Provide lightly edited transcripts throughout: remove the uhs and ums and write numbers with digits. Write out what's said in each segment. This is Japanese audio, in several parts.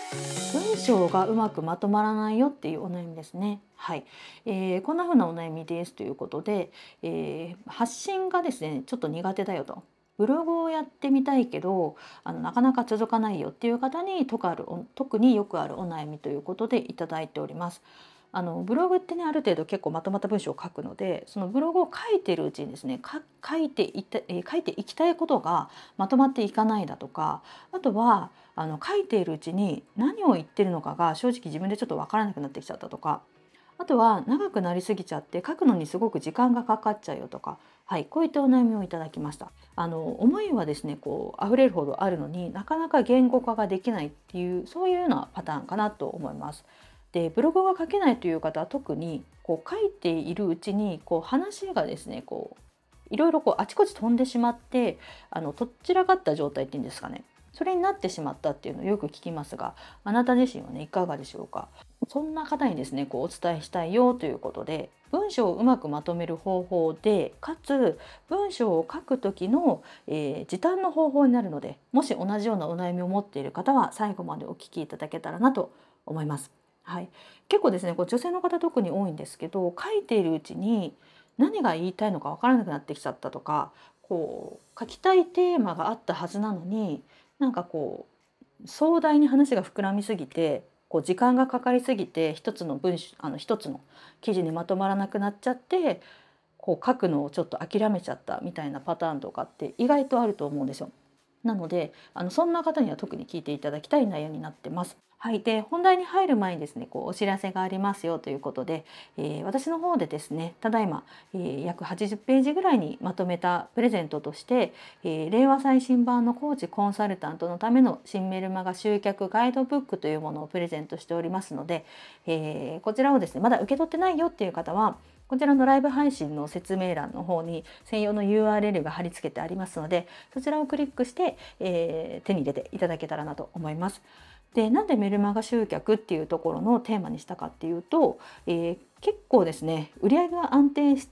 文章がうまくまとまらないよっていうお悩みですね。はい、こんな風なお悩みですということで、発信がですねちょっと苦手だよと。ブログをやってみたいけどなかなか続かないよっていう方に特によくあるお悩みということでいただいております。ブログってねある程度結構まとまった文章を書くので、そのブログを書いてるうちにですね書いていきたいことがまとまっていかないだとか、あとは書いているうちに何を言ってるのかが正直自分でちょっと分からなくなってきちゃったとか、あとは長くなりすぎちゃって書くのにすごく時間がかかっちゃうよとか、はい、こういったお悩みをいただきました。思いはですね溢れるほどあるのになかなか言語化ができないっていう、そういうようなパターンかなと思います。でブログが書けないという方は特に書いているうちに話がですねいろいろあちこち飛んでしまって、とっちらかった状態っていうんですかね、それになってしまったっていうのをよく聞きますが、あなた自身はねいかがでしょうか。そんな方にですねお伝えしたいよということで、文章をうまくまとめる方法でかつ文章を書く時の、時短の方法になるので、もし同じようなお悩みを持っている方は最後までお聞きいただけたらなと思います。はい、結構ですね女性の方特に多いんですけど、書いているうちに何が言いたいのか分からなくなってきちゃったとか、書きたいテーマがあったはずなのになんか壮大に話が膨らみすぎて時間がかかりすぎて一つの記事にまとまらなくなっちゃって、書くのをちょっと諦めちゃったみたいなパターンとかって意外とあると思うんですよ。なのでそんな方には特に聞いていただきたい内容になってます。はい、で本題に入る前にですねお知らせがありますよということで、私の方でですねただいま、約80ページぐらいにまとめたプレゼントとして、令和最新版のコーチコンサルタントのための新メルマガ集客ガイドブックというものをプレゼントしておりますので、こちらをですねまだ受け取ってないよっていう方はこちらのライブ配信の説明欄の方に専用の URL が貼り付けてありますので、そちらをクリックして、手に入れていただけたらなと思います。で、なんでメルマガ集客っていうところのテーマにしたかっていうと、結構ですね売上が安定して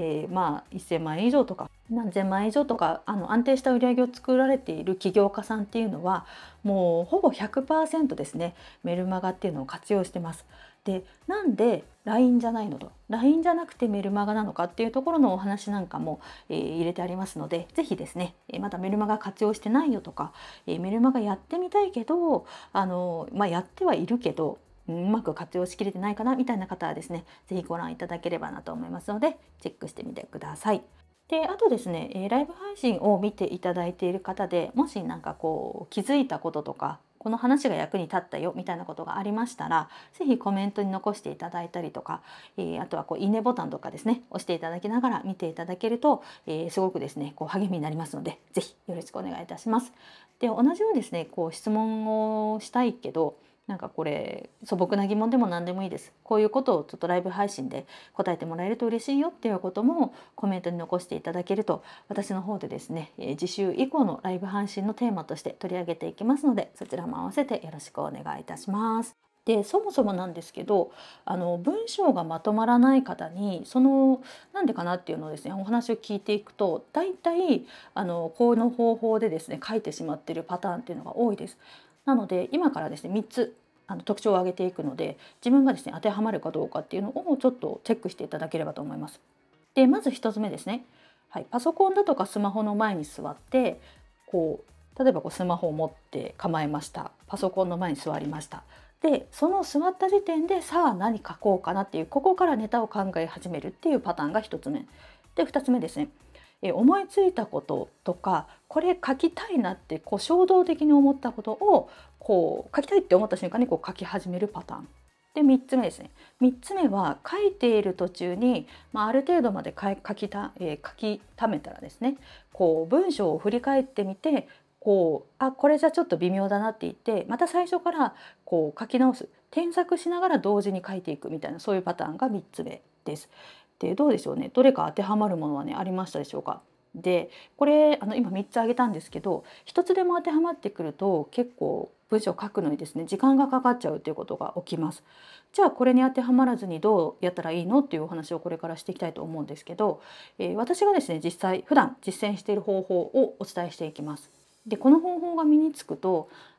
、1000万円以上とか何千万円以上とか安定した売上を作られている起業家さんっていうのはもうほぼ100%ですねメルマガっていうのを活用してます。で、なんで LINE じゃないのと LINE じゃなくてメルマガなのかっていうところのお話なんかも、入れてありますので、ぜひですね、まだメルマガ活用してないよとか、メルマガやってみたいけどやってはいるけどうまく活用しきれてないかなみたいな方はですね、ぜひご覧いただければなと思いますので、チェックしてみてください。で、あとですね、ライブ配信を見ていただいている方で、もしなんか気づいたこととか、この話が役に立ったよみたいなことがありましたら、ぜひコメントに残していただいたりとか、あとはいいねボタンとかですね、押していただきながら見ていただけると、すごくですね、励みになりますので、ぜひよろしくお願いいたします。で、同じようにですね、質問をしたいけど、なんかこれ素朴な疑問でも何でもいいです。こういうことをちょっとライブ配信で答えてもらえると嬉しいよっていうこともコメントに残していただけると、私の方でですね、次週以降のライブ配信のテーマとして取り上げていきますので、そちらも合わせてよろしくお願いいたします。で、そもそもなんですけど、文章がまとまらない方になんでかなっていうのをですねお話を聞いていくと、大体この方法でですね書いてしまっているパターンっていうのが多いです。なので今からですね3つ特徴を挙げていくので、自分がですね当てはまるかどうかっていうのをちょっとチェックしていただければと思います。で、まず1つ目ですね。はい、パソコンだとかスマホの前に座って例えばスマホを持って構えました。パソコンの前に座りました。で、その座った時点でさあ何書こうかなっていう、ここからネタを考え始めるっていうパターンが1つ目。で、2つ目ですね。思いついたこととかこれ書きたいなって衝動的に思ったことを書きたいって思った瞬間に書き始めるパターン。で、3つ目ですね。3つ目は書いている途中に、ある程度まで書き溜めたらですね、文章を振り返ってみてこれじゃちょっと微妙だなって言ってまた最初から書き直す、添削しながら同時に書いていくみたいな、そういうパターンが3つ目です。で、どうでしょうね、どれか当てはまるものはねありましたでしょうか。で、これ今3つ挙げたんですけど、1つでも当てはまってくると結構文章を書くのにですね時間がかかっちゃうということが起きます。じゃあこれに当てはまらずにどうやったらいいのっていうお話をこれからしていきたいと思うんですけど、私がですね普段実践している方法をお伝えしていきます。で、この方法が身につくと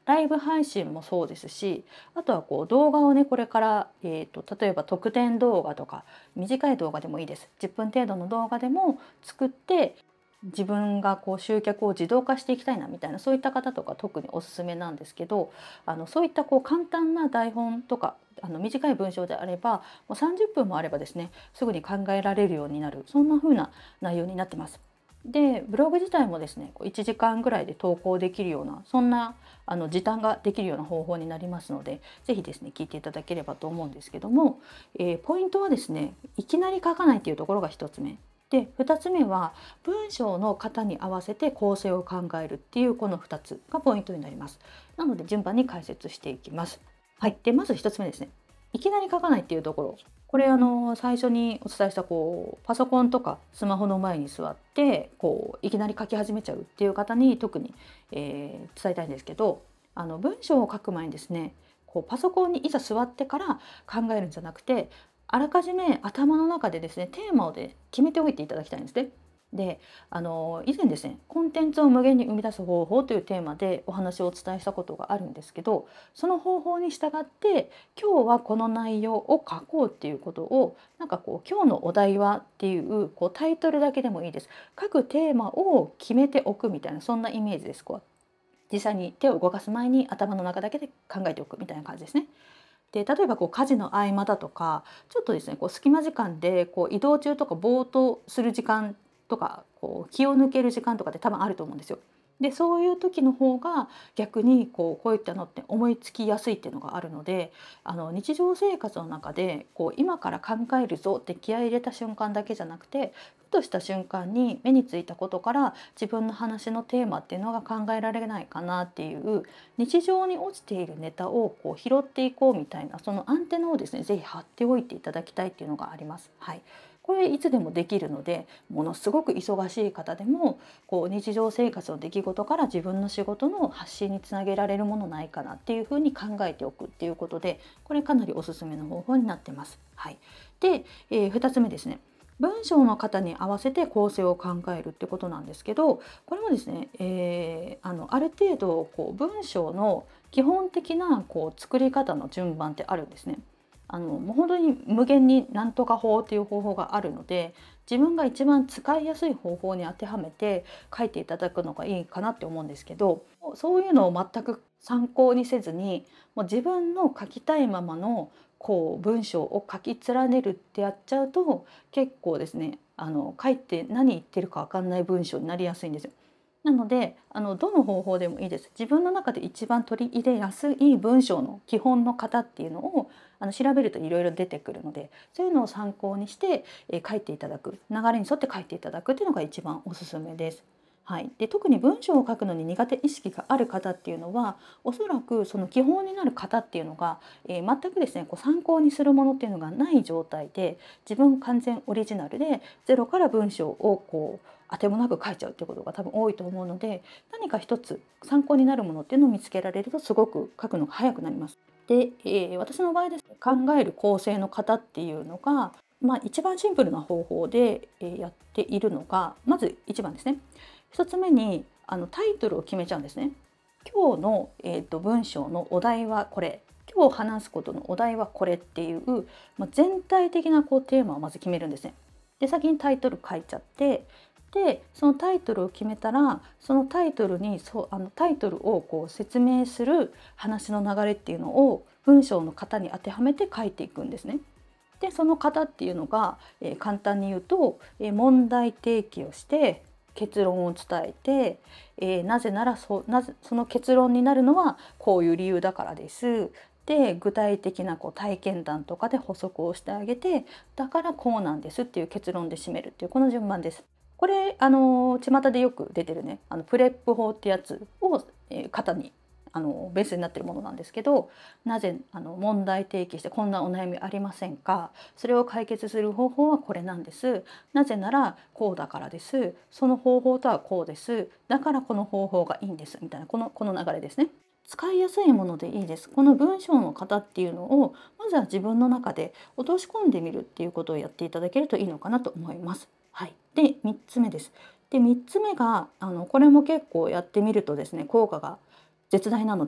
ライブ配信もそうですし、あとはこう動画をねこれから、例えば特典動画とか短い動画でもいいです。10分程度の動画でも作って自分がこう集客を自動化していきたいなみたいな、そういった方とか特におすすめなんですけど、そういったこう簡単な台本とか短い文章であればもう30分もあればですねすぐに考えられるようになる、そんな風な内容になってます。でブログ自体もですね1時間ぐらいで投稿できるような、そんな時短ができるような方法になりますので、是非ですね聞いていただければと思うんですけども、ポイントはですねいきなり書かないっていうところが1つ目で、2つ目は文章の型に合わせて構成を考えるっていうこの2つがポイントになります。なので順番に解説していきます。はい、でまず1つ目ですね。いきなり書かないっていうところ。これ最初にお伝えしたこうパソコンとかスマホの前に座ってこういきなり書き始めちゃうっていう方に特に、伝えたいんですけど、文章を書く前にですねこうパソコンにいざ座ってから考えるんじゃなくて、あらかじめ頭の中でですねテーマを決めておいていただきたいんですね。で以前ですねコンテンツを無限に生み出す方法というテーマでお話をお伝えしたことがあるんですけど、その方法に従って今日はこの内容を書こうっていうことをなんかこう今日のお題はっていうこうタイトルだけでもいいです。各テーマを決めておくみたいな、そんなイメージです。こう実際に手を動かす前に頭の中だけで考えておくみたいな感じですね。で例えばこう家事の合間だとかちょっとですねこう隙間時間でこう移動中とかぼーっとする時間とかこう気を抜ける時間とかって多分あると思うんですよ。でそういう時の方が逆にこういったのって思いつきやすいっていうのがあるので、日常生活の中でこう今から考えるぞって気合い入れた瞬間だけじゃなくて、ふとした瞬間に目についたことから自分の話のテーマっていうのが考えられないかなっていう、日常に落ちているネタをこう拾っていこうみたいな、そのアンテナをですね是非張っておいていただきたいっていうのがあります。はい、これいつでもできるので、ものすごく忙しい方でもこう日常生活の出来事から自分の仕事の発信につなげられるものないかなっていうふうに考えておくっていうことで、これかなりおすすめの方法になってます。はい、で、2つ目ですね。文章の型に合わせて構成を考えるってことなんですけど、これもですね、ある程度こう文章の基本的なこう作り方の順番ってあるんですね。もう本当に無限になんとか法っていう方法があるので、自分が一番使いやすい方法に当てはめて書いていただくのがいいかなって思うんですけど、そういうのを全く参考にせずにもう自分の書きたいままのこう文章を書き連ねるってやっちゃうと結構ですね書いて何言ってるか分かんない文章になりやすいんですよ。なのでどの方法でもいいです。自分の中で一番取り入れやすい文章の基本の型っていうのを調べるといろいろ出てくるので、そういうのを参考にして、書いていただく、流れに沿って書いていただくっていうのが一番おすすめです。はい、で特に文章を書くのに苦手意識がある方っていうのはおそらくその基本になる型っていうのが、全くですねこう参考にするものっていうのがない状態で、自分完全オリジナルでゼロから文章をこう当てもなく書いちゃうっていうことが多分多いと思うので、何か一つ参考になるものっていうのを見つけられるとすごく書くのが早くなります。で、私の場合ですね、考える構成の型っていうのが、一番シンプルな方法で、やっているのがまず1番ですね。1つ目にタイトルを決めちゃうんですね。今日の、文章のお題はこれ、今日話すことのお題はこれっていう、全体的なこうテーマをまず決めるんですね。で先にタイトル書いちゃって、でそのタイトルを決めたらそのタイトルにタイトルをこう説明する話の流れっていうのを文章の型に当てはめて書いていくんですね。でその型っていうのが、簡単に言うと、問題提起をして結論を伝えて、なぜならその結論になるのはこういう理由だからです。で具体的なこう体験談とかで補足をしてあげて、だからこうなんですっていう結論で締めるっていうこの順番です。これ巷でよく出てるねプレップ法ってやつを、型にベースになっているものなんですけど、なぜ問題提起してこんなお悩みありませんか、それを解決する方法はこれなんです、なぜならこうだからです、その方法とはこうです、だからこの方法がいいんですみたいなこの流れですね。使いやすいものでいいです。この文章の型っていうのをまずは自分の中で落とし込んでみるっていうことをやっていただけるといいのかなと思います。はい、で3つ目です。で3つ目がこれも結構やってみるとですね効果が絶大なので、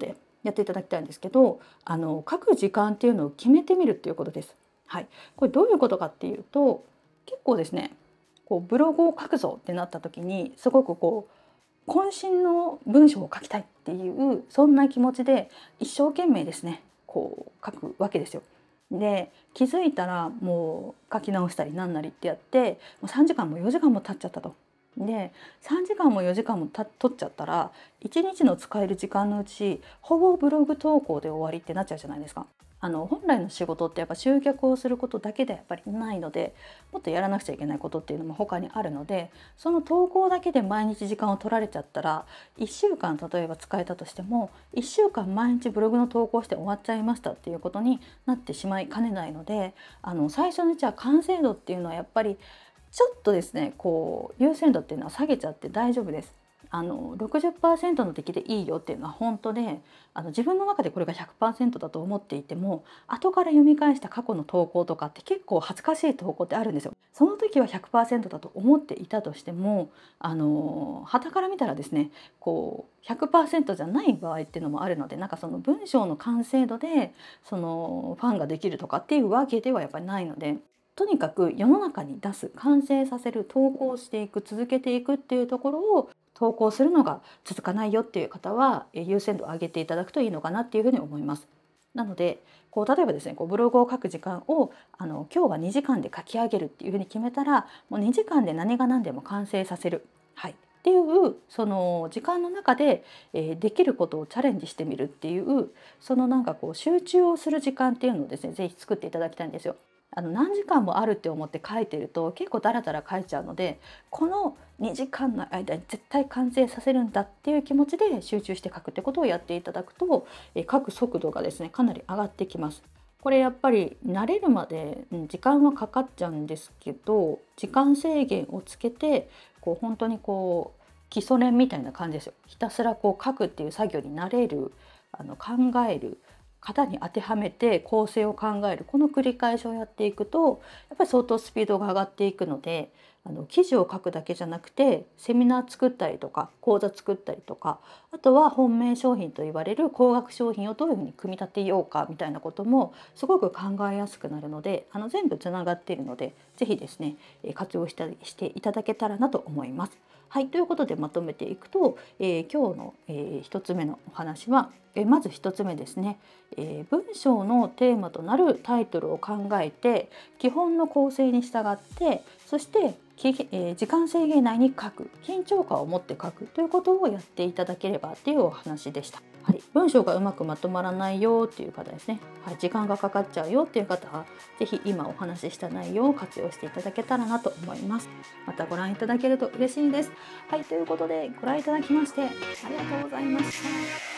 やっていただきたいんですけど、書く時間っていうのを決めてみるっていうことです。はい、これどういうことかっていうと、結構ですね、こうブログを書くぞってなった時にすごくこう渾身の文章を書きたいっていうそんな気持ちで一生懸命ですねこう書くわけですよ。で気づいたらもう書き直したりなんなりってやってもう3時間も4時間も経っちゃったと。で3時間も4時間も取っちゃったら1日の使える時間のうちほぼブログ投稿で終わりってなっちゃうじゃないですか。本来の仕事ってやっぱ集客をすることだけでやっぱりないので、もっとやらなくちゃいけないことっていうのも他にあるので、その投稿だけで毎日時間を取られちゃったら1週間例えば使えたとしても1週間毎日ブログの投稿して終わっちゃいましたっていうことになってしまいかねないので、最初のじゃあ完成度っていうのはやっぱりちょっとですねこう優先度っていうのは下げちゃって大丈夫です。60% の出来でいいよっていうのは本当で、自分の中でこれが 100% だと思っていても後から読み返した過去の投稿とかって結構恥ずかしい投稿ってあるんですよ。その時は 100% だと思っていたとしても傍から見たらですねこう 100% じゃない場合っていうのもあるので、なんかその文章の完成度でそのファンができるとかっていうわけではやっぱりないので、とにかく世の中に出す、完成させる、投稿していく、続けていくっていうところを投稿するのが続かないよっていう方は優先度を上げていただくといいのかなっていうふうに思います。なのでこう例えばですねこうブログを書く時間を今日は2時間で書き上げるっていうふうに決めたらもう2時間で何が何でも完成させる、はい、っていうその時間の中で、できることをチャレンジしてみるっていうそのなんかこう集中をする時間っていうのをですねぜひ作っていただきたいんですよ。何時間もあるって思って書いてると結構ダラダラ書いちゃうので、この2時間の間に絶対完成させるんだっていう気持ちで集中して書くってことをやっていただくと、書く速度がですねかなり上がってきます。これやっぱり慣れるまで時間はかかっちゃうんですけど、時間制限をつけてこう本当にこう基礎練みたいな感じですよ。ひたすらこう書くっていう作業に慣れる、考える、型に当てはめて構成を考える、この繰り返しをやっていくとやっぱり相当スピードが上がっていくので、記事を書くだけじゃなくてセミナー作ったりとか講座作ったりとか、あとは本命商品と言われる高額商品をどういうふうに組み立てようかみたいなこともすごく考えやすくなるので、全部つながっているので是非ですね活用していただけたらなと思います。はい、ということでまとめていくと、今日の、1つ目のお話は、まず1つ目ですね、文章のテーマとなるタイトルを考えて基本の構成に従って、そして時間制限内に書く、緊張感を持って書くということをやっていただければというお話でした。はい、文章がうまくまとまらないよっていう方ですね、はい、時間がかかっちゃうよっていう方は是非今お話しした内容を活用していただけたらなと思います。またご覧いただけると嬉しいです。はい、ということでご覧いただきましてありがとうございました。